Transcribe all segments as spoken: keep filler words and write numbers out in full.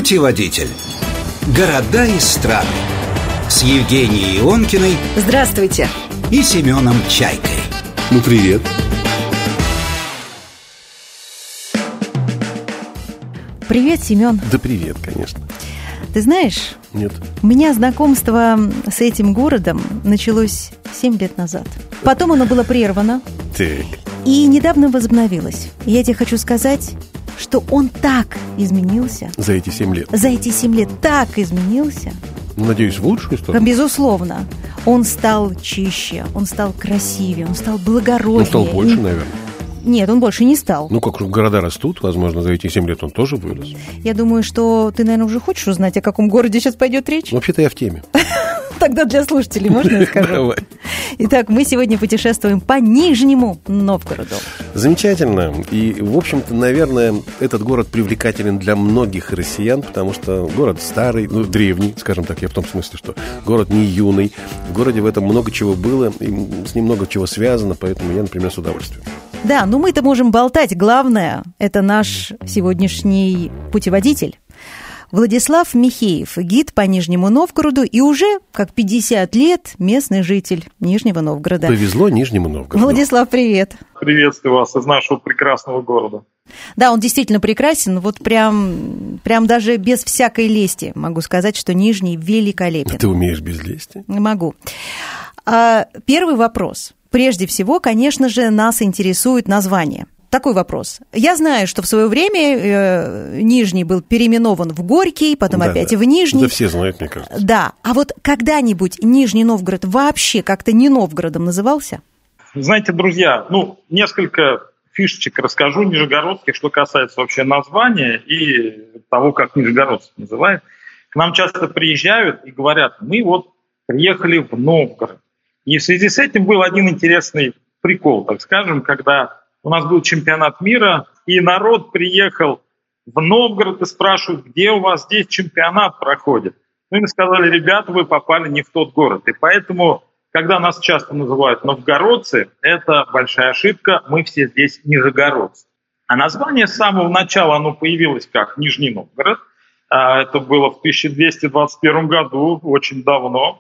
Путеводитель. Города и страны. С Евгенией Ионкиной. Здравствуйте. И Семеном Чайкой. Ну, привет. Привет, Семен. Да привет, конечно. Ты знаешь, Нет. у меня знакомство с этим городом началось семь лет назад. Потом оно было прервано. Так. И недавно возобновилось. Я тебе хочу сказать, что он так изменился. За эти семь лет. За эти семь лет так изменился. Ну, надеюсь, в лучшую сторону? Безусловно. Он стал чище, он стал красивее, он стал благороднее. Он стал больше, И... наверное. Нет, он больше не стал. Ну, как города растут, возможно, за эти семь лет он тоже вырос. Я думаю, что ты, наверное, уже хочешь узнать, о каком городе сейчас пойдет речь? Вообще-то я в теме. Тогда для слушателей можно я скажу? Давай. Итак, мы сегодня путешествуем по Нижнему Новгороду. Замечательно. И, в общем-то, наверное, этот город привлекателен для многих россиян, потому что город старый, ну, древний, скажем так, я в том смысле, что город не юный. В городе в этом много чего было, и с ним много чего связано, поэтому я, например, с удовольствием. Да, ну мы-то можем болтать. Главное, это наш сегодняшний путеводитель. Владислав Михеев, гид по Нижнему Новгороду и уже, как пятьдесят лет, местный житель Нижнего Новгорода. Повезло Нижнему Новгороду. Владислав, привет. Приветствую вас из нашего прекрасного города. Да, он действительно прекрасен. Вот прям, прям даже без всякой лести могу сказать, что Нижний великолепен. Ты умеешь без лести? Могу. А, первый вопрос. Прежде всего, конечно же, нас интересует название. Такой вопрос. Я знаю, что в свое время э, Нижний был переименован в Горький, потом да, опять да. в Нижний. Да все знают, мне кажется. Да. А вот когда-нибудь Нижний Новгород вообще как-то не Новгородом назывался? Знаете, друзья, ну, несколько фишечек расскажу нижегородских, что касается вообще названия и того, как нижегородцы называют. К нам часто приезжают и говорят, мы вот приехали в Новгород. И в связи с этим был один интересный прикол, так скажем, когда у нас был чемпионат мира, и народ приехал в Новгород и спрашивают, где у вас здесь чемпионат проходит. Мы им сказали, ребята, вы попали не в тот город. И поэтому, когда нас часто называют новгородцы, это большая ошибка, мы все здесь нижегородцы. А название с самого начала оно появилось как Нижний Новгород. Это было в тысяча двести двадцать первом году, очень давно.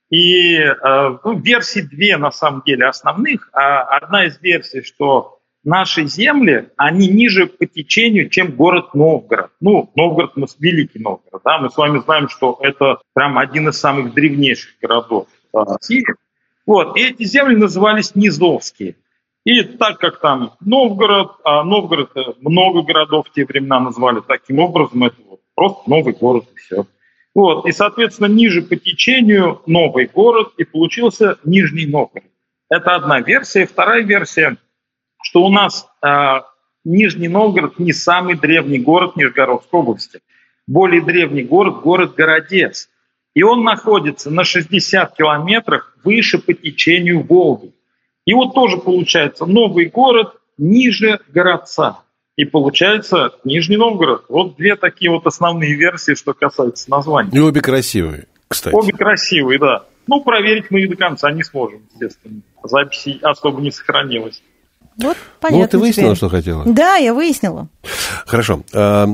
И ну, версий две на самом деле основных. Одна из версий, что наши земли, они ниже по течению, чем город Новгород. Ну, Новгород, мы Великий Новгород, да, мы с вами знаем, что это прям один из самых древнейших городов России. Вот, и эти земли назывались Низовские. И так как там Новгород, а Новгород, много городов в те времена назвали таким образом, это вот просто новый город и все. Вот, и, соответственно, ниже по течению новый город, и получился Нижний Новгород. Это одна версия. Вторая версия, что у нас э, Нижний Новгород не самый древний город Нижегородской области. Более древний город – город Городец. И он находится на шестьдесят километрах выше по течению Волги. И вот тоже получается новый город ниже Городца. И получается Нижний Новгород. Вот две такие вот основные версии, что касается названия. И обе красивые, кстати. Обе красивые, да. Ну, проверить мы и до конца не сможем, естественно. Записи особо не сохранилось. Вот, понятно. Ну, ты выяснила, теперь. что хотела? Да, я выяснила. Хорошо.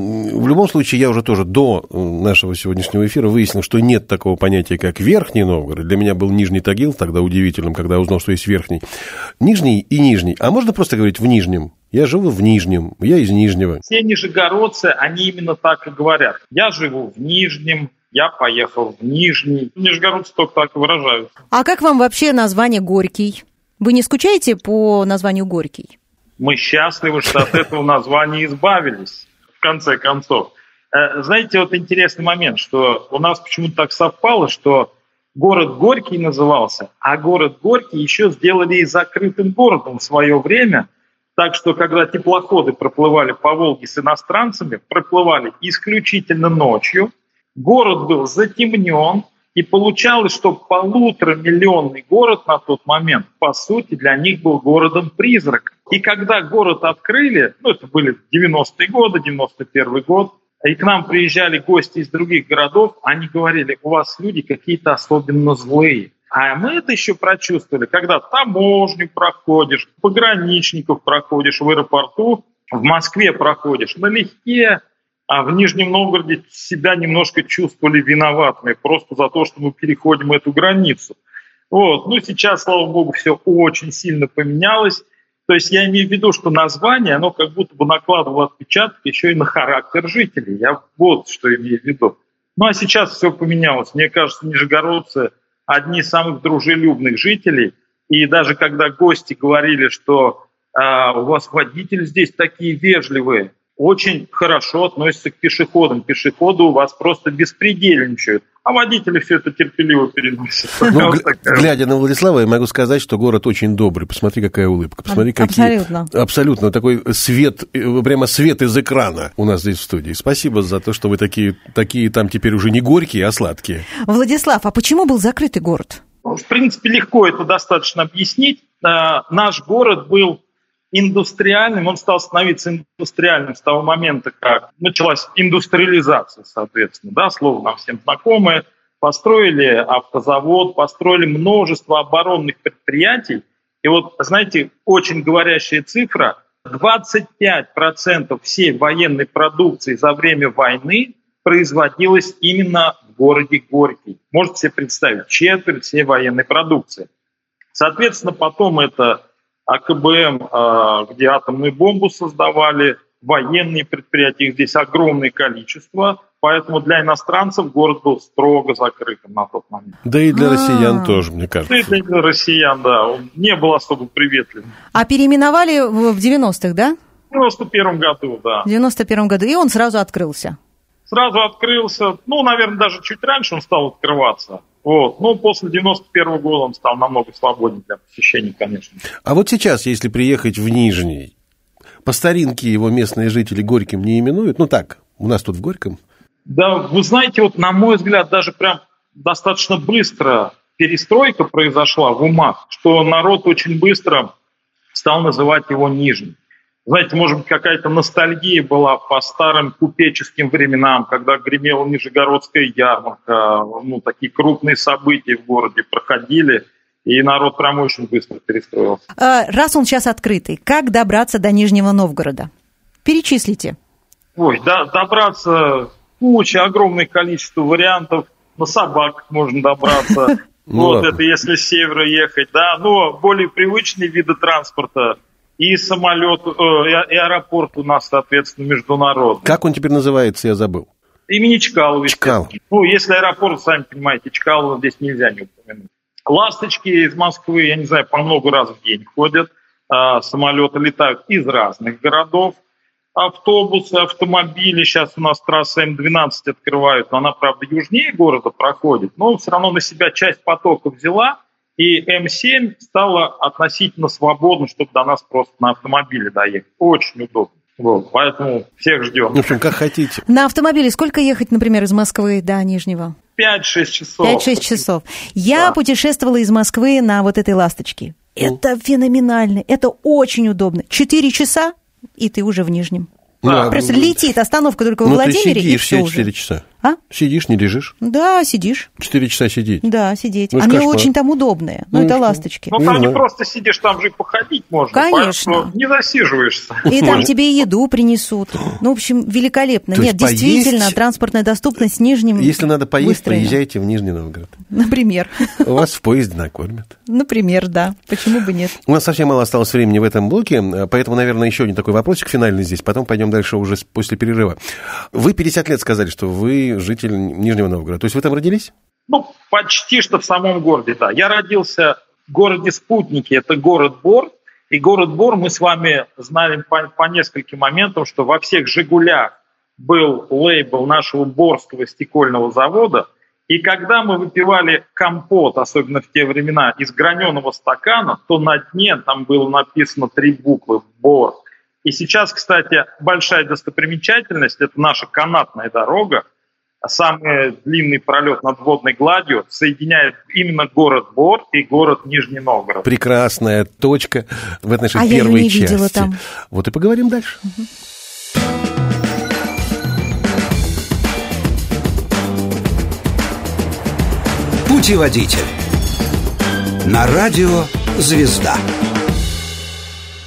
В любом случае, я уже тоже до нашего сегодняшнего эфира выяснил, что нет такого понятия, как Верхний Новгород. Для меня был Нижний Тагил тогда удивительным, когда я узнал, что есть Верхний. Нижний и Нижний. А можно просто говорить в Нижнем? Я живу в Нижнем, я из Нижнего. Все нижегородцы, они именно так и говорят. Я живу в Нижнем, я поехал в Нижний. Нижегородцы только так и выражаются. А как вам вообще название Горький? Вы не скучаете по названию Горький? Мы счастливы, что от этого названия избавились, в конце концов. Знаете, вот интересный момент, что у нас почему-то так совпало, что город Горький назывался, а город Горький еще сделали и закрытым городом в свое время. Так что, когда теплоходы проплывали по Волге с иностранцами, проплывали исключительно ночью, город был затемнен, и получалось, что полуторамиллионный город на тот момент, по сути, для них был городом-призраком. И когда город открыли, ну, это были девяностые годы, девяносто первый год, и к нам приезжали гости из других городов, они говорили, у вас люди какие-то особенно злые. А мы это еще прочувствовали, когда таможню проходишь, пограничников проходишь в аэропорту, в Москве проходишь налегке, а в Нижнем Новгороде себя немножко чувствовали виноватыми просто за то, что мы переходим эту границу. Вот. Ну, сейчас, слава богу, все очень сильно поменялось. То есть я имею в виду, что название, оно как будто бы накладывало отпечаток еще и на характер жителей. Я вот что имею в виду. Ну, а сейчас все поменялось. Мне кажется, нижегородцы одни из самых дружелюбных жителей. И даже когда гости говорили, что а, у вас водители здесь такие вежливые, очень хорошо относятся к пешеходам. Пешеходы у вас просто беспредельничают, а водители все это терпеливо переносят. Ну, глядя на Владислава, я могу сказать, что город очень добрый. Посмотри, какая улыбка. Посмотри, какие... Абсолютно. Абсолютно. Такой свет, прямо свет из экрана у нас здесь в студии. Спасибо за то, что вы такие, такие там теперь уже не горькие, а сладкие. Владислав, а почему был закрытый город? В принципе, легко это достаточно объяснить. Наш город был индустриальным, он стал становиться индустриальным с того момента, как началась индустриализация, соответственно, да, слово нам всем знакомое. Построили автозавод, построили множество оборонных предприятий. И вот, знаете, очень говорящая цифра, двадцать пять процентов всей военной продукции за время войны производилось именно в городе Горький. Можете себе представить, четверть всей военной продукции. Соответственно, потом это АКБМ, где атомную бомбу создавали, военные предприятия, их здесь огромное количество, поэтому для иностранцев город был строго закрытым на тот момент. Да и для россиян тоже, мне кажется. Да и для россиян, да, он не был особо приветливым. А переименовали в девяностых, да? В девяносто первом году, да. В девяносто первом году, и он сразу открылся? Сразу открылся, ну, наверное, даже чуть раньше он стал открываться. Вот. Ну, после девяносто первого года он стал намного свободнее для посещения, конечно. А вот сейчас, если приехать в Нижний, по старинке его местные жители Горьким не именуют? Ну так, у нас тут в Горьком. Да, вы знаете, вот на мой взгляд, даже прям достаточно быстро перестройка произошла в умах, что народ очень быстро стал называть его Нижним. Знаете, может быть, какая-то ностальгия была по старым купеческим временам, когда гремела Нижегородская ярмарка, ну, такие крупные события в городе проходили, и народ прям очень быстро перестроился. Раз он сейчас открытый, как добраться до Нижнего Новгорода? Перечислите. Ой, да, добраться куча, огромное количество вариантов. На собаках можно добраться. Вот это если с севера ехать, да. Но более привычные виды транспорта. И самолет, и аэропорт у нас, соответственно, международный. Как он теперь называется, я забыл? Имени Чкалова. Чкалов. Ну, если аэропорт, сами понимаете, Чкалова здесь нельзя не упомянуть. Ласточки из Москвы, я не знаю, по много раз в день ходят. А, самолеты летают из разных городов. Автобусы, автомобили. Сейчас у нас трасса эм двенадцать открывают, но она, правда, южнее города проходит. Но все равно на себя часть потока взяла. И эм семь стала относительно свободна, чтобы до нас просто на автомобиле доехать. Очень удобно. Вот, поэтому всех ждем. В общем, как хотите. На автомобиле сколько ехать, например, из Москвы до Нижнего? пять-шесть часов. пять-шесть часов. Я да. путешествовала из Москвы на вот этой «Ласточке». Это ну. феноменально, это очень удобно. Четыре часа, и ты уже в Нижнем. Да. Просто летит, остановка только во ну, Владимире, ты сидишь и все все уже. четыре часа. А? Сидишь, не лежишь? Да, сидишь. Четыре часа сидеть? Да, сидеть. Ну, а мне очень там удобно. Ну, ну это «Ласточки». Ну, там не просто сидишь, там же и походить можно. Конечно. Не засиживаешься. И там тебе еду принесут. Ну, в общем, великолепно. То Нет, действительно, поесть... транспортная доступность Нижним Если надо поесть, выстроена. Поезжайте в Нижний Новгород. Например. Вас в поезде накормят. Например, да. Почему бы нет? У нас совсем мало осталось времени в этом блоке, поэтому, наверное, еще один такой вопросик финальный здесь. Потом пойдем дальше уже после перерыва. Вы пятьдесят лет сказали, что вы житель Нижнего Новгорода. То есть вы там родились? Ну, почти что в самом городе, да. Я родился в городе Спутники, это город Бор. И город Бор мы с вами знали по, по нескольким моментам, что во всех «Жигулях» был лейбл нашего Борского стекольного завода. И когда мы выпивали компот, особенно в те времена, из граненого стакана, то на дне там было написано три буквы «Бор». И сейчас, кстати, большая достопримечательность – это наша канатная дорога. Самый длинный пролет над водной гладью соединяет именно город Бор и город Нижний Новгород. Прекрасная точка в этой нашей а первой я не части. Видела там. Вот и поговорим дальше. Угу. Путеводитель. На радио «Звезда».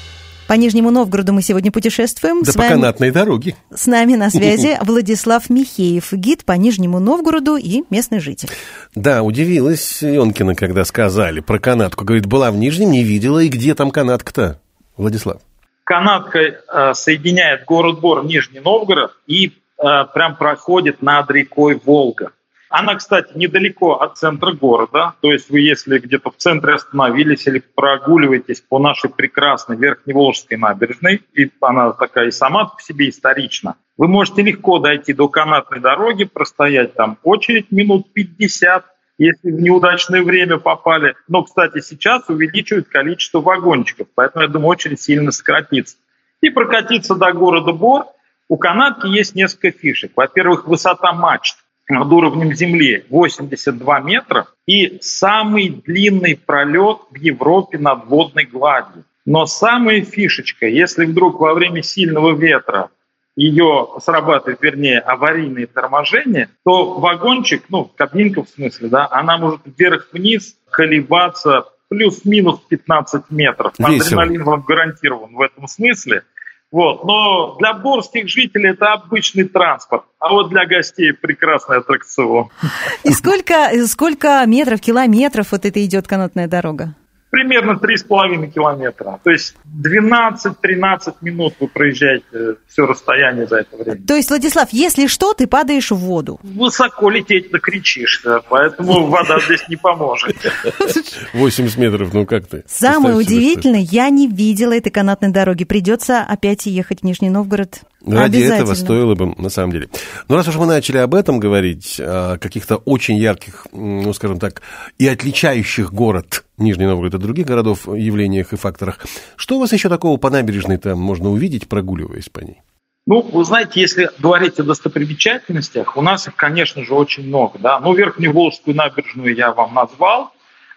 По Нижнему Новгороду мы сегодня путешествуем. Да с по вами... канатной дороге. С нами на связи Владислав Михеев, гид по Нижнему Новгороду и местный житель. Да, удивилась Ионкина, когда сказали про канатку. Говорит, была в Нижнем, не видела, и где там канатка-то, Владислав? Канатка э, соединяет город Бор, Нижний Новгород, и э, прям проходит над рекой Волга. Она, кстати, недалеко от центра города, то есть вы, если где-то в центре остановились или прогуливаетесь по нашей прекрасной Верхневолжской набережной, и она такая и сама по себе исторична, вы можете легко дойти до канатной дороги, простоять там очередь минут пятьдесят, если в неудачное время попали. Но, кстати, сейчас увеличивают количество вагончиков, поэтому, я думаю, очередь сильно сократится. И прокатиться до города Бор. У канатки есть несколько фишек. Во-первых, высота мачт над уровнем земли восемьдесят два метра и самый длинный пролет в Европе над водной гладью. Но самая фишечка, если вдруг во время сильного ветра ее срабатывает, вернее, аварийное торможение, то вагончик, ну, кабинка в смысле, да, она может вверх-вниз колебаться плюс-минус пятнадцать метров. Весело. Адреналин вам гарантирован в этом смысле. Вот. Но для борских жителей это обычный транспорт, а вот для гостей прекрасный аттракцион. И сколько, сколько метров, километров вот это идет канатная дорога? Примерно три с половиной километра. То есть двенадцать-тринадцать минут вы проезжаете все расстояние за это время. То есть, Владислав, если что, ты падаешь в воду. Высоко лететь накричишься, поэтому вода здесь не поможет. восемьдесят метров, ну как ты? Самое удивительное, я не видела этой канатной дороги. Придется опять ехать в Нижний Новгород. Ради этого стоило бы, на самом деле. Но раз уж мы начали об этом говорить, о каких-то очень ярких, ну, скажем так, и отличающих город Нижний Новгород от других городов явлениях и факторах, что у вас еще такого по набережной там можно увидеть, прогуливаясь по ней? Ну, вы знаете, если говорить о достопримечательностях, у нас их, конечно же, очень много. Да? Ну, Верхневолжскую набережную я вам назвал.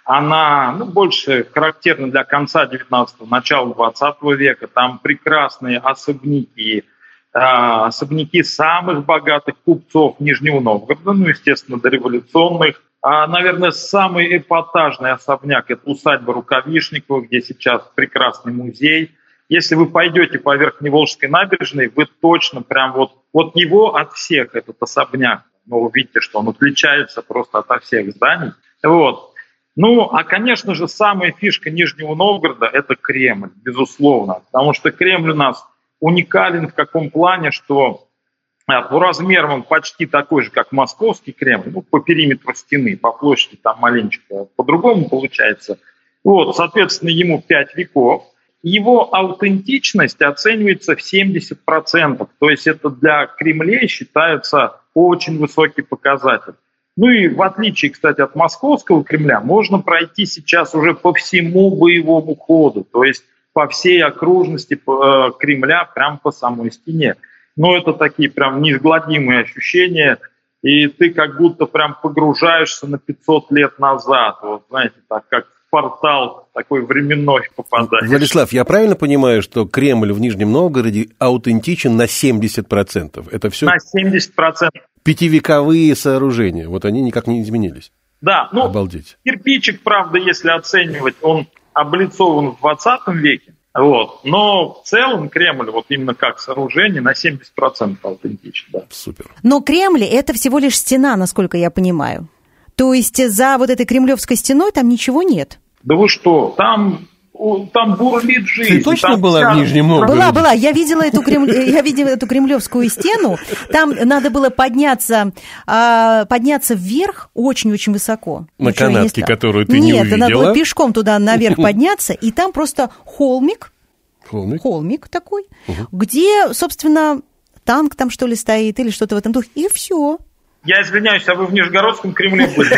Она, ну, больше характерна для конца девятнадцатого, начала двадцатого века. Там прекрасные особняки, особняки самых богатых купцов Нижнего Новгорода, ну, естественно, дореволюционных. А, наверное, самый эпатажный особняк – это усадьба Рукавишникова, где сейчас прекрасный музей. Если вы пойдете по Верхневолжской набережной, вы точно прям вот, вот его от всех, этот особняк, ну, вы видите, что он отличается просто от всех зданий. Вот. Ну, а, конечно же, самая фишка Нижнего Новгорода – это Кремль, безусловно, потому что Кремль у нас уникален в каком плане, что по размерам он почти такой же, как московский Кремль, ну, по периметру стены, по площади там маленечко по-другому получается. Вот, соответственно, ему пять веков. Его аутентичность оценивается в семьдесят процентов, то есть это для Кремлей считается очень высокий показатель. Ну и в отличие, кстати, от московского Кремля, можно пройти сейчас уже по всему боевому ходу, то есть по всей окружности Кремля, прям по самой стене. Но это такие прям неизгладимые ощущения, и ты как будто прям погружаешься на пятьсот лет назад, вот знаете, так как в портал такой временной попадаешь. Владислав, я правильно понимаю, что Кремль в Нижнем Новгороде аутентичен на семьдесят процентов? Это все на семьдесят процентов. Пятивековые сооружения, вот они никак не изменились. Да, ну, обалдеть. Кирпичик, правда, если оценивать, он облицован в двадцатом веке, вот. Но в целом Кремль, вот именно как сооружение, на семьдесят процентов аутентичен. Да. Супер. Но Кремль – это всего лишь стена, насколько я понимаю. То есть за вот этой кремлевской стеной там ничего нет? Да вы что, там... Там бурлит жизнь. Ты точно там была вся... в Нижнем Новгороде? Была, была. Я видела эту, крем... я видела эту кремлевскую стену. Там надо было подняться, а, подняться вверх очень-очень высоко. На Ничего канатке, которую ты Нет, не увидела? Нет, надо было пешком туда наверх подняться, и там просто холмик, холмик, холмик такой, угу. где, собственно, танк там что ли стоит или что-то в этом духе, и все. Я извиняюсь, а вы в Нижегородском Кремле были?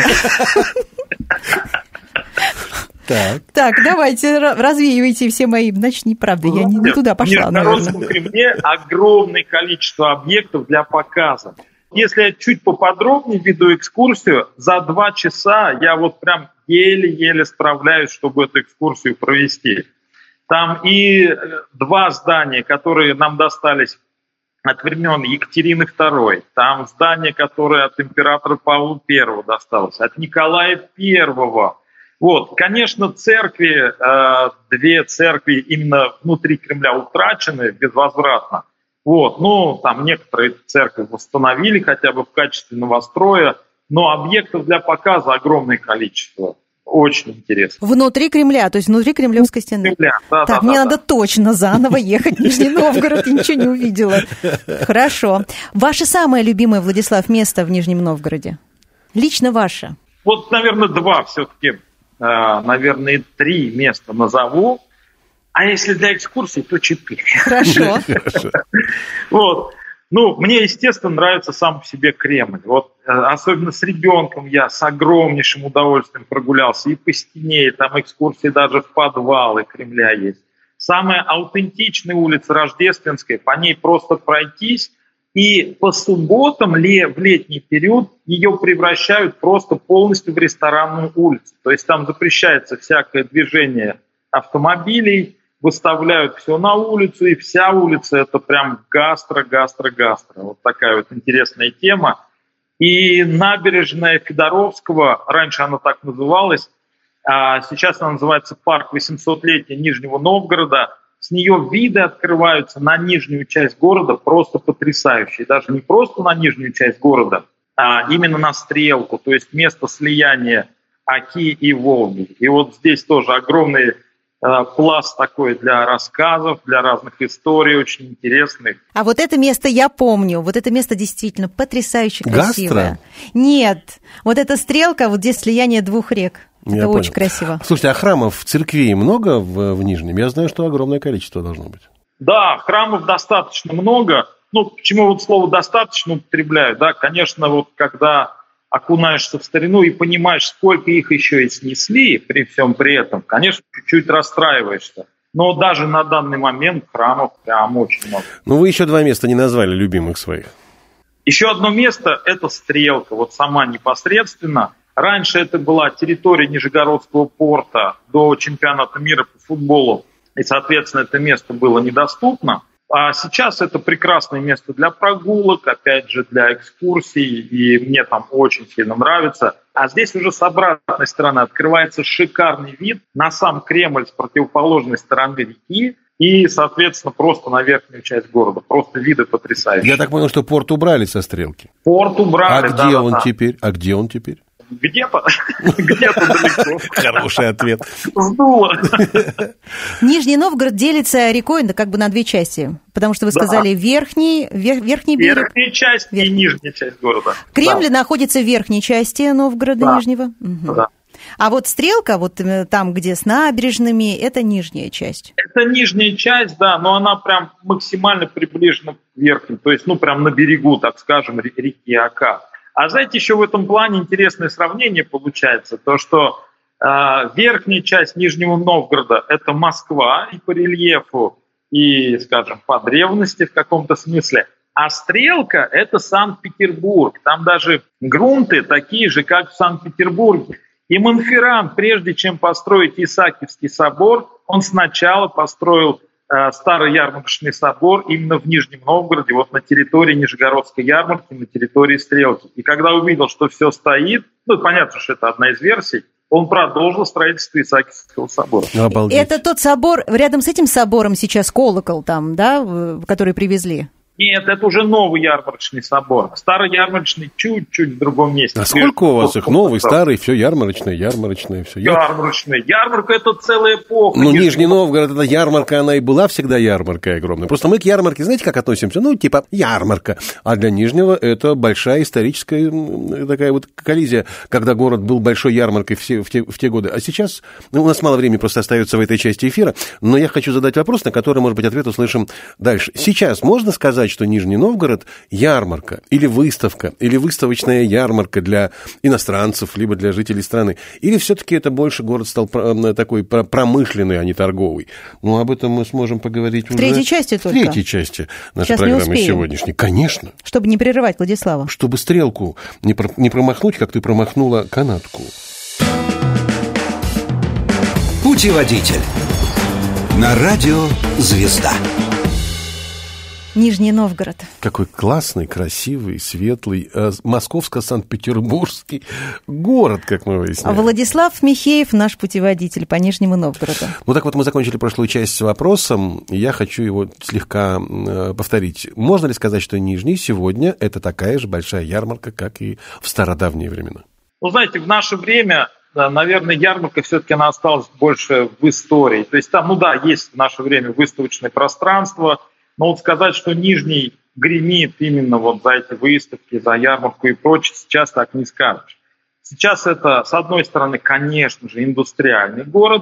Так. так, давайте, развеивайте все мои, значит, неправда, я не, не туда пошла, наверное. В Нижегородском Кремле огромное количество объектов для показа. Если я чуть поподробнее веду экскурсию, за два часа я вот прям еле-еле справляюсь, чтобы эту экскурсию провести. Там и два здания, которые нам достались от времен Екатерины второй, там здание, которое от императора Павла Первого досталось, от Николая Первого. Вот, конечно, церкви, э, две церкви именно внутри Кремля утрачены безвозвратно. Вот, ну, там некоторые церкви восстановили хотя бы в качестве новостроя, но объектов для показа огромное количество. Очень интересно. Внутри Кремля, то есть внутри Кремлевской стены. Кремля, да, так, да, мне да, надо да. точно заново ехать в Нижний Новгород, я ничего не увидела. Хорошо. Ваше самое любимое, Владислав, место в Нижнем Новгороде? Лично ваше? Вот, наверное, два все-таки, наверное, три места назову. А если для экскурсий, то четыре. Хорошо. Вот. Ну, мне, естественно, нравится сам по себе Кремль. Вот, особенно с ребенком я с огромнейшим удовольствием прогулялся и по стене, и там экскурсии даже в подвалы Кремля есть. Самая аутентичная улица Рождественская, по ней просто пройтись, и по субботам в летний период ее превращают просто полностью в ресторанную улицу. То есть там запрещается всякое движение автомобилей, выставляют все на улицу, и вся улица это прям гастро-гастро-гастро. Вот такая вот интересная тема. И набережная Федоровского, раньше она так называлась, а сейчас она называется парк восьмисотлетия Нижнего Новгорода. С нее виды открываются на нижнюю часть города просто потрясающие. Даже не просто на нижнюю часть города, а именно на Стрелку, то есть место слияния Оки и Волги. И вот здесь тоже огромный пласт такой для рассказов, для разных историй, очень интересных. А вот это место я помню. Вот это место действительно потрясающе красивое. Гастро? Нет. Вот эта Стрелка, вот здесь слияние двух рек. Это Я очень понял. красиво. Слушайте, а храмов, церквей много в, в Нижнем? Я знаю, что огромное количество должно быть. Да, храмов достаточно много. Ну, почему вот слово «достаточно» употребляю? Да, конечно, вот когда окунаешься в старину и понимаешь, сколько их еще и снесли при всем при этом, конечно, чуть-чуть расстраиваешься. Но даже на данный момент храмов прям очень много. Ну, вы еще два места не назвали любимых своих. Еще одно место – это Стрелка, вот сама непосредственно. Раньше это была территория Нижегородского порта до чемпионата мира по футболу, и, соответственно, это место было недоступно. А сейчас это прекрасное место для прогулок, опять же, для экскурсий, и мне там очень сильно нравится. А здесь уже с обратной стороны открывается шикарный вид на сам Кремль с противоположной стороны реки и, соответственно, просто на верхнюю часть города. Просто виды потрясающие. Я так понял, что порт убрали со Стрелки. Порт убрали, А да, где да, он да. теперь? А где он теперь? Где-то, где-то далеко. Хороший ответ. Сдуло. Нижний Новгород делится рекой ну, как бы на две части, потому что вы Да. сказали верхний, вер, верхний берег. Верхняя часть и Верхний. нижняя часть города. Кремль находится в верхней части Новгорода Да. Нижнего. Мгм. Да. А вот Стрелка, вот э, там, где с набережными, это нижняя часть. Это нижняя часть, да, но она прям максимально приближена к верхней, то есть, ну, прям на берегу, так скажем, ре- реки Ока. А знаете, еще в этом плане интересное сравнение получается, то, что э, верхняя часть Нижнего Новгорода – это Москва и по рельефу, и, скажем, по древности в каком-то смысле, а Стрелка – это Санкт-Петербург. Там даже грунты такие же, как в Санкт-Петербурге. И Монферран, прежде чем построить Исаакиевский собор, он сначала построил э, Старый ярмарочный собор именно в Нижнем Новгороде, вот на территории Нижегородской ярмарки, на территории Стрелки. И когда увидел, что все стоит, ну, понятно, что это одна из версий, он продолжил строительство Исаакиевского собора. Обалдеть. Это тот собор, рядом с этим собором сейчас колокол там, да, в- который привезли? Нет, это уже новый ярмарочный собор. Старый ярмарочный чуть-чуть в другом месте. А сколько у вас их? Новый, старый, все ярмарочное, ярмарочное, все. Ярмарочный. Ярмарка – это целая эпоха. Ну, Нижний Новгород, это ярмарка, она и была всегда ярмаркой огромной. Просто мы к ярмарке, знаете, как относимся? Ну, типа, ярмарка. А для Нижнего это большая историческая м, такая вот коллизия, когда город был большой ярмаркой все, в, те, в те годы. А сейчас, ну, у нас мало времени просто остается в этой части эфира, но я хочу задать вопрос, на который, может быть, ответ услышим дальше. Сейчас можно сказать, что Нижний Новгород ярмарка или выставка, или выставочная ярмарка для иностранцев, либо для жителей страны? Или все-таки это больше город стал про- такой про- промышленный, а не торговый? Ну, об этом мы сможем поговорить В уже... третьей части В только. третьей части нашей Сейчас не программы успеем. сегодняшней. Конечно. Чтобы не прерывать Владислава. Чтобы Стрелку не, про- не промахнуть, как ты промахнула канатку. Путеводитель. На радио «Звезда». Нижний Новгород. Какой классный, красивый, светлый, э, московско-санкт-петербургский город, как мы выяснили. Владислав Михеев, наш путеводитель по Нижнему Новгороду. Ну так вот, мы закончили прошлую часть с вопросом, и я хочу его слегка э, повторить. Можно ли сказать, что Нижний сегодня это такая же большая ярмарка, как и в стародавние времена? Ну, знаете, в наше время, да, наверное, ярмарка все-таки она осталась больше в истории. То есть там, ну да, есть в наше время выставочное пространство, но вот сказать, что Нижний гремит именно вот за эти выставки, за ярмарку и прочее, сейчас так не скажешь. Сейчас это, с одной стороны, конечно же, индустриальный город,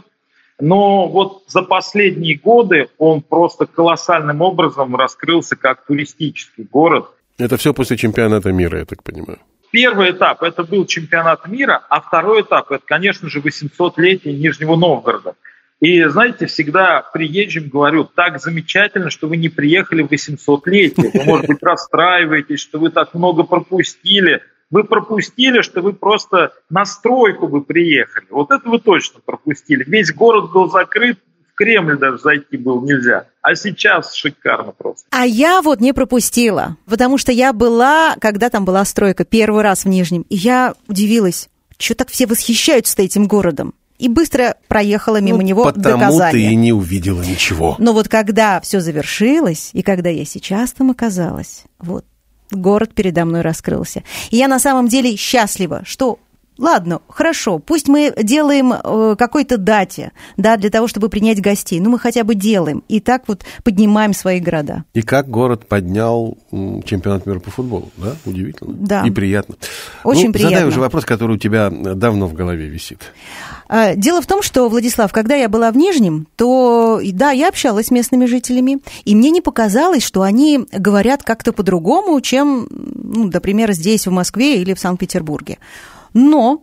но вот за последние годы он просто колоссальным образом раскрылся как туристический город. Это все после чемпионата мира, я так понимаю. Первый этап – это был чемпионат мира, а второй этап – это, конечно же, восьмисотлетие Нижнего Новгорода. И, знаете, всегда приезжим говорю, так замечательно, что вы не приехали в восьмисотлетие. Вы, может быть, расстраиваетесь, что вы так много пропустили. Вы пропустили, что вы просто на стройку бы приехали. Вот это вы точно пропустили. Весь город был закрыт, в Кремль даже зайти было нельзя. А сейчас шикарно просто. А я вот не пропустила, потому что я была, когда там была стройка, первый раз в Нижнем, и я удивилась, что так все восхищаются этим городом. И быстро проехала мимо ну, него до Казани. Потому ты и не увидела ничего. Но вот когда все завершилось, и когда я сейчас там оказалась, вот, город передо мной раскрылся. И я на самом деле счастлива, что... Ладно, хорошо, пусть мы делаем э, какой-то дате, да, для того, чтобы принять гостей, но мы хотя бы делаем, и так вот поднимаем свои города. И как город поднял чемпионат мира по футболу, да? Удивительно. Да. И приятно. Очень ну, приятно. Задай уже вопрос, который у тебя давно в голове висит. Дело в том, что, Владислав, когда я была в Нижнем, то, да, я общалась с местными жителями, и мне не показалось, что они говорят как-то по-другому, чем, ну, например, здесь, в Москве или в Санкт-Петербурге. Но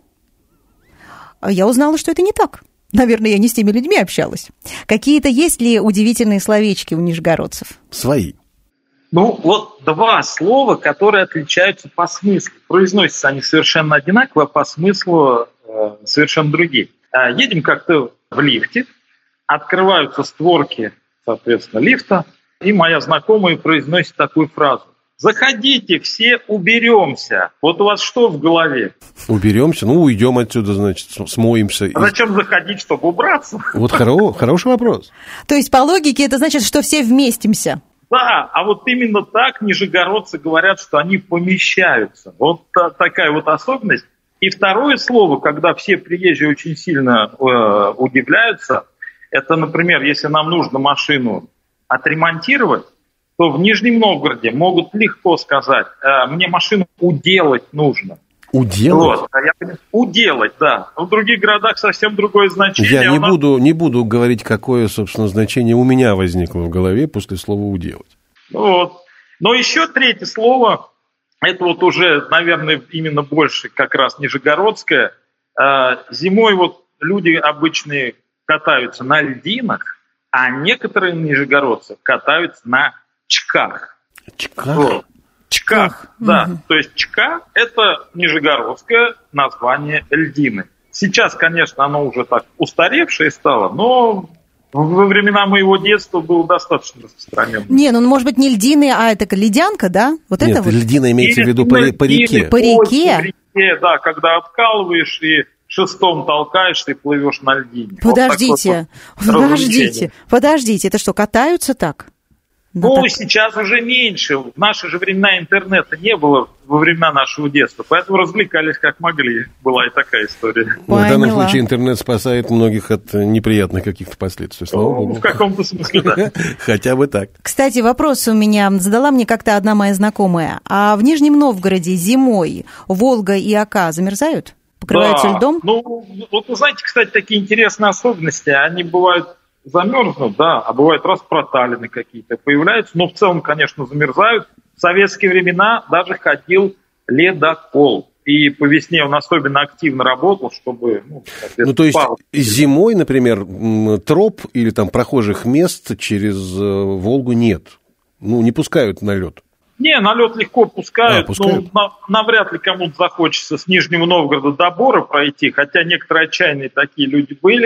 я узнала, что это не так. Наверное, я не с теми людьми общалась. Какие-то есть ли удивительные словечки у нижегородцев? Свои. Ну, вот два слова, которые отличаются по смыслу. Произносятся они совершенно одинаково, а по смыслу э, совершенно другие. Э, едем как-то в лифте, открываются створки, соответственно, лифта, и моя знакомая произносит такую фразу. Заходите, все уберемся. Вот у вас что в голове? Уберемся? Ну, уйдем отсюда, значит, смоемся. А зачем заходить, чтобы убраться? Вот хоро- хороший вопрос. То есть, по логике, это значит, что все вместимся? Да, а вот именно так нижегородцы говорят, что они помещаются. Вот та- такая вот особенность. И второе слово, когда все приезжие очень сильно э, удивляются, это, например, если нам нужно машину отремонтировать, то в Нижнем Новгороде могут легко сказать, э, мне машину уделать нужно. Уделать? Вот. А я, уделать, да. В других городах совсем другое значение. Я не, нас... буду, не буду говорить, какое, собственно, значение у меня возникло в голове после слова «уделать». Вот. Но еще третье слово, это вот уже, наверное, именно больше как раз нижегородское. Э, зимой вот люди обычные катаются на льдинах, а некоторые нижегородцы катаются на чках. Чках? Вот. Чках, да. Угу. То есть чка – это нижегородское название льдины. Сейчас, конечно, оно уже так устаревшее стало, но во времена моего детства было достаточно распространено. Не, ну, может быть, не льдины, а это ледянка, да? Вот Нет, это вот. льдина имеется в виду по, по реке. По реке? По реке, да, когда откалываешь и шестом толкаешься и плывешь на льдине. Подождите, вот вот подождите, подождите, это что, катаются так? Ну, да так. Сейчас уже меньше. В наши же времена интернета не было во времена нашего детства, поэтому развлекались как могли. Была и такая история. В данном случае интернет спасает многих от неприятных каких-то последствий, слава ну, богу. В каком-то смысле, да. Хотя бы так. Кстати, вопрос у меня задала мне как-то одна моя знакомая. А в Нижнем Новгороде зимой Волга и Ока замерзают? Покрываются да. льдом? Ну, вот вы знаете, кстати, такие интересные особенности, они бывают замерзнут, да, а бывают распроталины какие-то появляются, но в целом, конечно, замерзают. В советские времена даже ходил ледокол. И по весне он особенно активно работал, чтобы... Ну, ну то есть пару... зимой, например, троп или там прохожих мест через Волгу нет? Ну, не пускают на лед? Не, на лед легко пускают, а, пускают? но навряд ли кому-то захочется с Нижнего Новгорода до Бора пройти, хотя некоторые отчаянные такие люди были.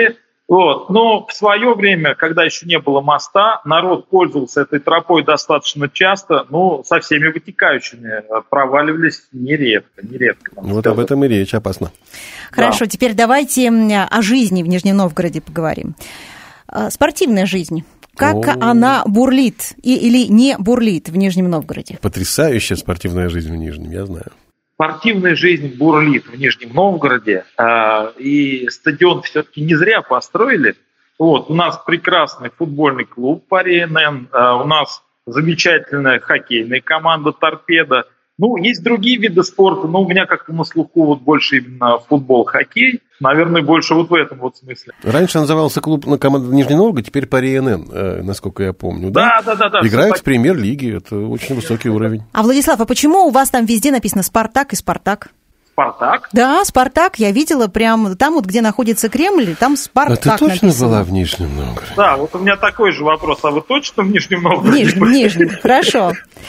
Вот. Но в свое время, когда еще не было моста, народ пользовался этой тропой достаточно часто, но со всеми вытекающими проваливались нередко. нередко вот сказать. Об этом и речь, опасно. Хорошо, да. Теперь давайте о жизни в Нижнем Новгороде поговорим. Спортивная жизнь. Как О. она бурлит и, или не бурлит в Нижнем Новгороде? Потрясающая спортивная жизнь в Нижнем, я знаю. Спортивная жизнь бурлит в Нижнем Новгороде, и стадион все-таки не зря построили. Вот, у нас прекрасный футбольный клуб Пари эн эн, у нас замечательная хоккейная команда «Торпедо». Ну, есть другие виды спорта, но у меня как-то на слуху вот больше именно футбол, хоккей. Наверное, больше вот в этом вот смысле. Раньше назывался клуб на команда Нижний Новгород, теперь Пари эн эн, э, насколько я помню, да? Да, да, да. да Играют в премьер-лиге, это очень высокий уровень. А, Владислав, а почему у вас там везде написано «Спартак» и «Спартак»? «Спартак»? Да, «Спартак», я видела прямо там вот, где находится Кремль, там «Спартак» написано. А ты точно написано. Была в Нижнем Новгороде? Да, вот у меня такой же вопрос. А вы точно в Нижнем Новгороде? Нижнем, Нижнем, хорошо.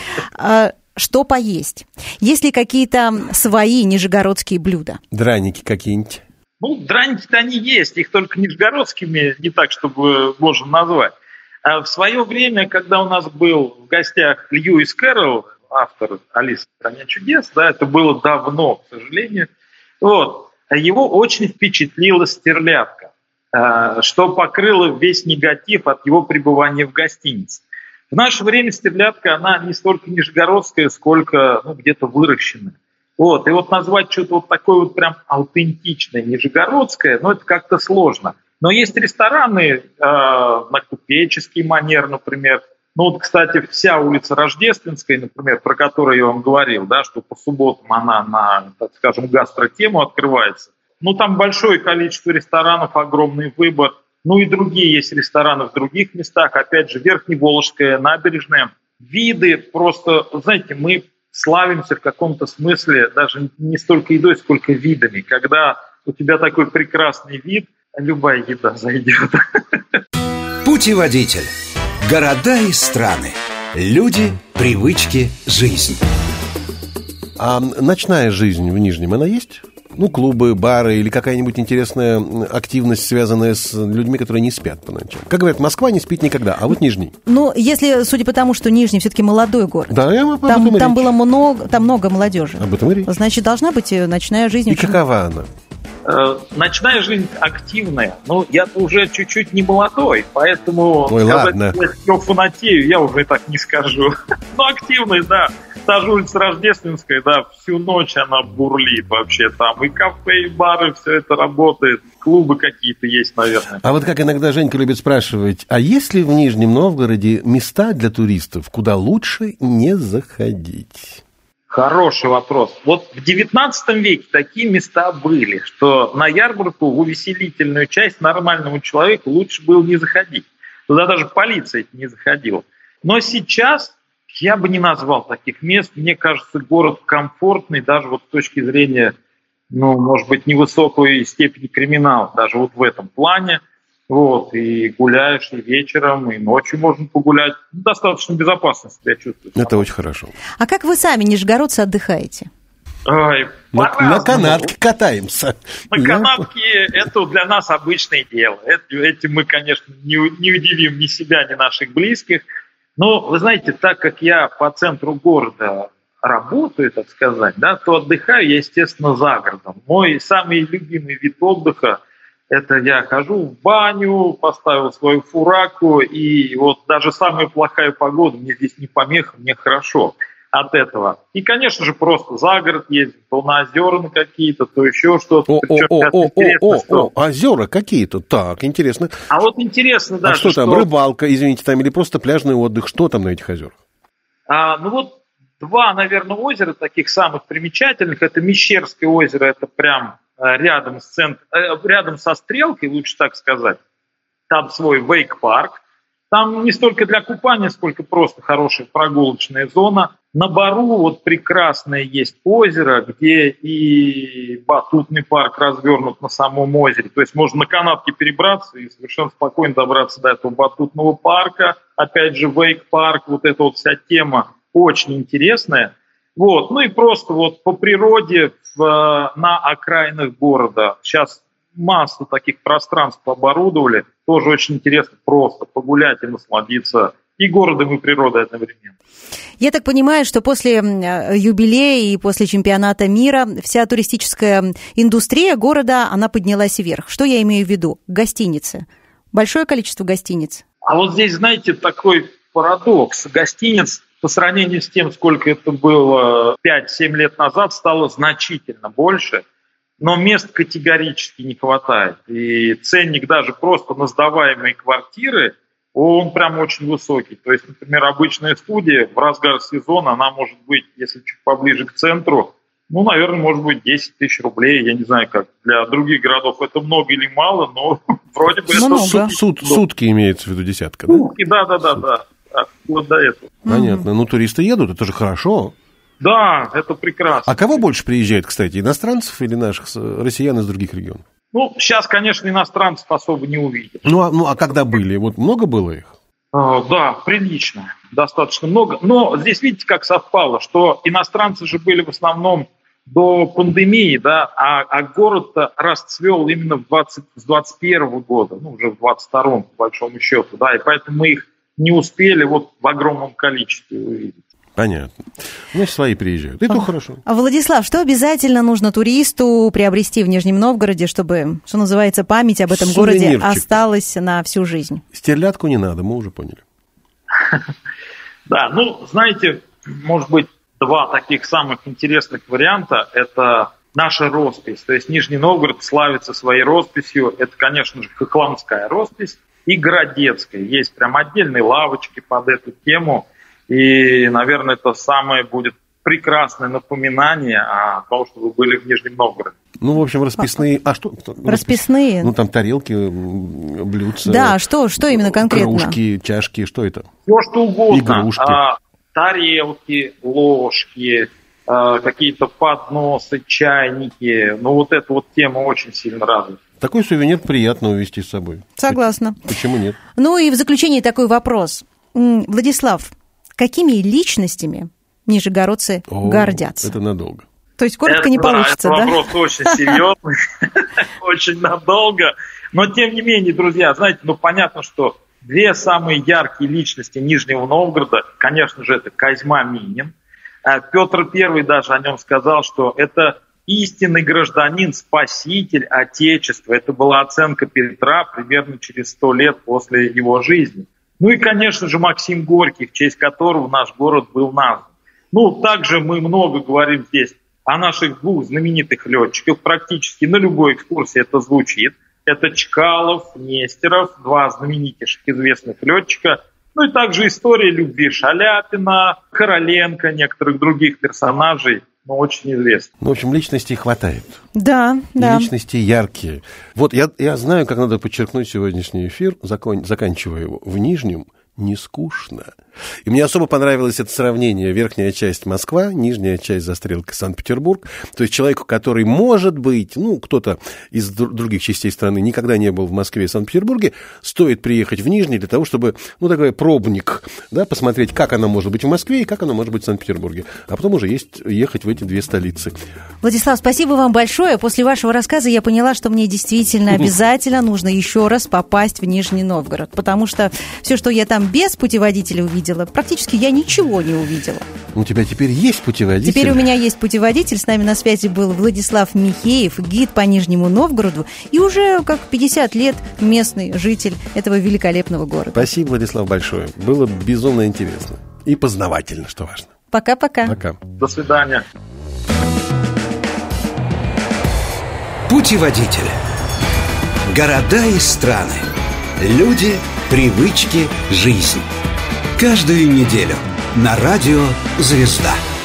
Что поесть? Есть ли какие-то свои нижегородские блюда? Драники какие-нибудь? Ну, драники-то они есть, их только нижегородскими не так, чтобы можно назвать. А в свое время, когда у нас был в гостях Льюис Кэрролл, автор «Алисы в стране чудес», да, это было давно, к сожалению, вот, его очень впечатлила стерлядка, что покрыло весь негатив от его пребывания в гостинице. В наше время стерлядка, она не столько нижегородская, сколько ну, где-то выращенная. Вот. И вот назвать что-то вот такое вот прям аутентичное, нижегородское, ну, это как-то сложно. Но есть рестораны, э, на купеческий манер, например. Ну, вот, кстати, вся улица Рождественская, например, про которую я вам говорил, да, что по субботам она на, так скажем, гастротему открывается. Ну, там большое количество ресторанов, огромный выбор. Ну и другие есть рестораны в других местах. Опять же, Верхневолжская набережная. Виды просто, знаете, мы славимся в каком-то смысле даже не столько едой, сколько видами. Когда у тебя такой прекрасный вид, любая еда зайдет. Путеводитель. Города и страны. Люди, привычки, жизнь. А ночная жизнь в Нижнем, она есть? Ну, клубы, бары или какая-нибудь интересная активность, связанная с людьми, которые не спят по ночам. Как говорят, Москва не спит никогда, а вот Нижний. Ну, если, судя по тому, что Нижний все-таки молодой город. Да, я об там, этом там было много, там много молодежи. Об этом и речь. Значит, должна быть ночная жизнь. И очень... какова она? Ночная жизнь активная. Ну, я уже чуть-чуть не молодой, поэтому Ой, сказать, ладно. что я фанатею, я уже так не скажу. Ну, активная, да. Та же улица Рождественская, да, всю ночь она бурлит вообще. Там и кафе, и бары, все это работает. Клубы какие-то есть, наверное. А вот как иногда Женька любит спрашивать, а есть ли в Нижнем Новгороде места для туристов, куда лучше не заходить? Хороший вопрос. Вот в девятнадцатом веке такие места были, что на ярмарку в увеселительную часть нормальному человеку лучше было не заходить. Туда даже полиция не заходила. Но сейчас я бы не назвал таких мест. Мне кажется, город комфортный, даже вот с точки зрения, ну, может быть, невысокой степени криминала, даже вот в этом плане. Вот, и гуляешь и вечером, и ночью можно погулять. Достаточно безопасно себя чувствуешь. Это очень хорошо. А как вы сами, нижегородцы, отдыхаете? Ой, на, на канатке катаемся. На канатке это для нас обычное дело. Этим мы, конечно, не, не удивим ни себя, ни наших близких. Но, вы знаете, так как я по центру города работаю, так сказать, да, то отдыхаю я, естественно, за городом. Мой самый любимый вид отдыха – это я хожу в баню, поставил свою фураку, и вот даже самая плохая погода, мне здесь не помеха, мне хорошо от этого. И, конечно же, просто за город ездить, то на озера на какие-то, то еще что-то. О, о, о, о, о, о, о, озера какие-то, так, интересно. А вот интересно, да. А что там, что... рыбалка, извините, там, или просто пляжный отдых, что там на этих озерах? А, ну вот два, наверное, озера таких самых примечательных, это Мещерское озеро, это прям... Рядом, с центр... рядом со Стрелкой, лучше так сказать, там свой вейк-парк. Там не столько для купания, сколько просто хорошая прогулочная зона. На Бару вот прекрасное есть озеро, где и батутный парк развернут на самом озере. То есть можно на канатке перебраться и совершенно спокойно добраться до этого батутного парка. Опять же, вейк-парк, вот эта вот вся тема очень интересная. Вот. Ну и просто вот по природе в, на окраинах города. Сейчас массу таких пространств оборудовали. Тоже очень интересно просто погулять и насладиться и городом, и природой одновременно. Я так понимаю, что после юбилея и после чемпионата мира вся туристическая индустрия города, она поднялась вверх. Что я имею в виду? Гостиницы. Большое количество гостиниц. А вот здесь, знаете, такой парадокс. Гостиниц по сравнению с тем, сколько это было пять-семь лет назад, стало значительно больше. Но мест категорически не хватает. И ценник даже просто на сдаваемые квартиры, он прям очень высокий. То есть, например, обычная студия в разгар сезона, она может быть, если чуть поближе к центру, ну, наверное, может быть десять тысяч рублей. Я не знаю, как для других городов это много или мало, но вроде бы много. это... Суд, сутки имеется в виду десятка, да? Сутки, да-да-да. Вот до этого. Понятно. Ну, туристы едут, это же хорошо. Да, это прекрасно. А кого больше приезжает, кстати, иностранцев или наших россиян из других регионов? Ну, сейчас, конечно, иностранцев особо не увидишь. Ну, а, ну, а когда были? Вот много было их? А, да, прилично, достаточно много. Но здесь, видите, как совпало, что иностранцы же были в основном до пандемии, да, а, а город-то расцвел именно в двадцать, с двадцать первого года, ну, уже в двадцать втором, по большому счету, да, и поэтому мы их не успели вот в огромном количестве увидеть. Понятно. Значит, свои приезжают. Это хорошо. А, Владислав, что обязательно нужно туристу приобрести в Нижнем Новгороде, чтобы, что называется, память об этом городе осталась на всю жизнь? Стерлядку не надо, мы уже поняли. Да, ну, знаете, может быть, два таких самых интересных варианта – это наша роспись. То есть Нижний Новгород славится своей росписью. Это, конечно же, хохломская роспись и городецкая. Есть прям отдельные лавочки под эту тему. И, наверное, это самое будет прекрасное напоминание о том, что вы были в Нижнем Новгороде. Ну, в общем, расписные... А что? Расписные? Ну, там тарелки, блюдца. Да, что, что именно конкретно? Кружки, чашки, что это? Все, что угодно. Игрушки. А, тарелки, ложки, а, какие-то подносы, чайники. Ну, вот эта вот тема очень сильно развита. Такой сувенир приятно увезти с собой. Согласна. Почему нет? Ну, и в заключение такой вопрос. Владислав, какими личностями нижегородцы О, гордятся? Это надолго. То есть коротко это, не получится, да? да? Это вопрос очень серьезный, очень надолго. Но, тем не менее, друзья, знаете, ну, понятно, что две самые яркие личности Нижнего Новгорода, конечно же, это Козьма Минин. Петр Первый даже о нем сказал, что это истинный гражданин, спаситель Отечества. Это была оценка Петра примерно через сто лет после его жизни. Ну и, конечно же, Максим Горький, в честь которого наш город был назван. Ну, также мы много говорим здесь о наших двух знаменитых летчиках. Практически на любой экскурсии это звучит. Это Чкалов, Нестеров, два знаменитейших известных летчика. Ну и также история любви Шаляпина, Короленко, некоторых других персонажей. Но очень известно. Ну, в общем, личностей хватает. Да, да. Личности яркие. Вот я, я знаю, как надо подчеркнуть сегодняшний эфир, закон, заканчивая его. В Нижнем не скучно. И мне особо понравилось это сравнение. Верхняя часть Москва, нижняя часть застрелка Санкт-Петербург. То есть человеку, который, может быть, ну, кто-то из других частей страны никогда не был в Москве и Санкт-Петербурге, стоит приехать в Нижний для того, чтобы, ну, такой пробник, да, посмотреть, как она может быть в Москве и как она может быть в Санкт-Петербурге. А потом уже есть ехать в эти две столицы. Владислав, спасибо вам большое. После вашего рассказа я поняла, что мне действительно обязательно нужно еще раз попасть в Нижний Новгород, потому что все, что я там без путеводителя увидела, практически я ничего не увидела. У тебя теперь есть путеводитель? Теперь у меня есть путеводитель. С нами на связи был Владислав Михеев, гид по Нижнему Новгороду и уже как пятьдесят лет местный житель этого великолепного города. Спасибо, Владислав, большое. Было безумно интересно и познавательно, что важно. Пока-пока. Пока. До свидания. Путеводитель. Города и страны. Люди, привычки, жизнь. Каждую неделю на радио «Звезда».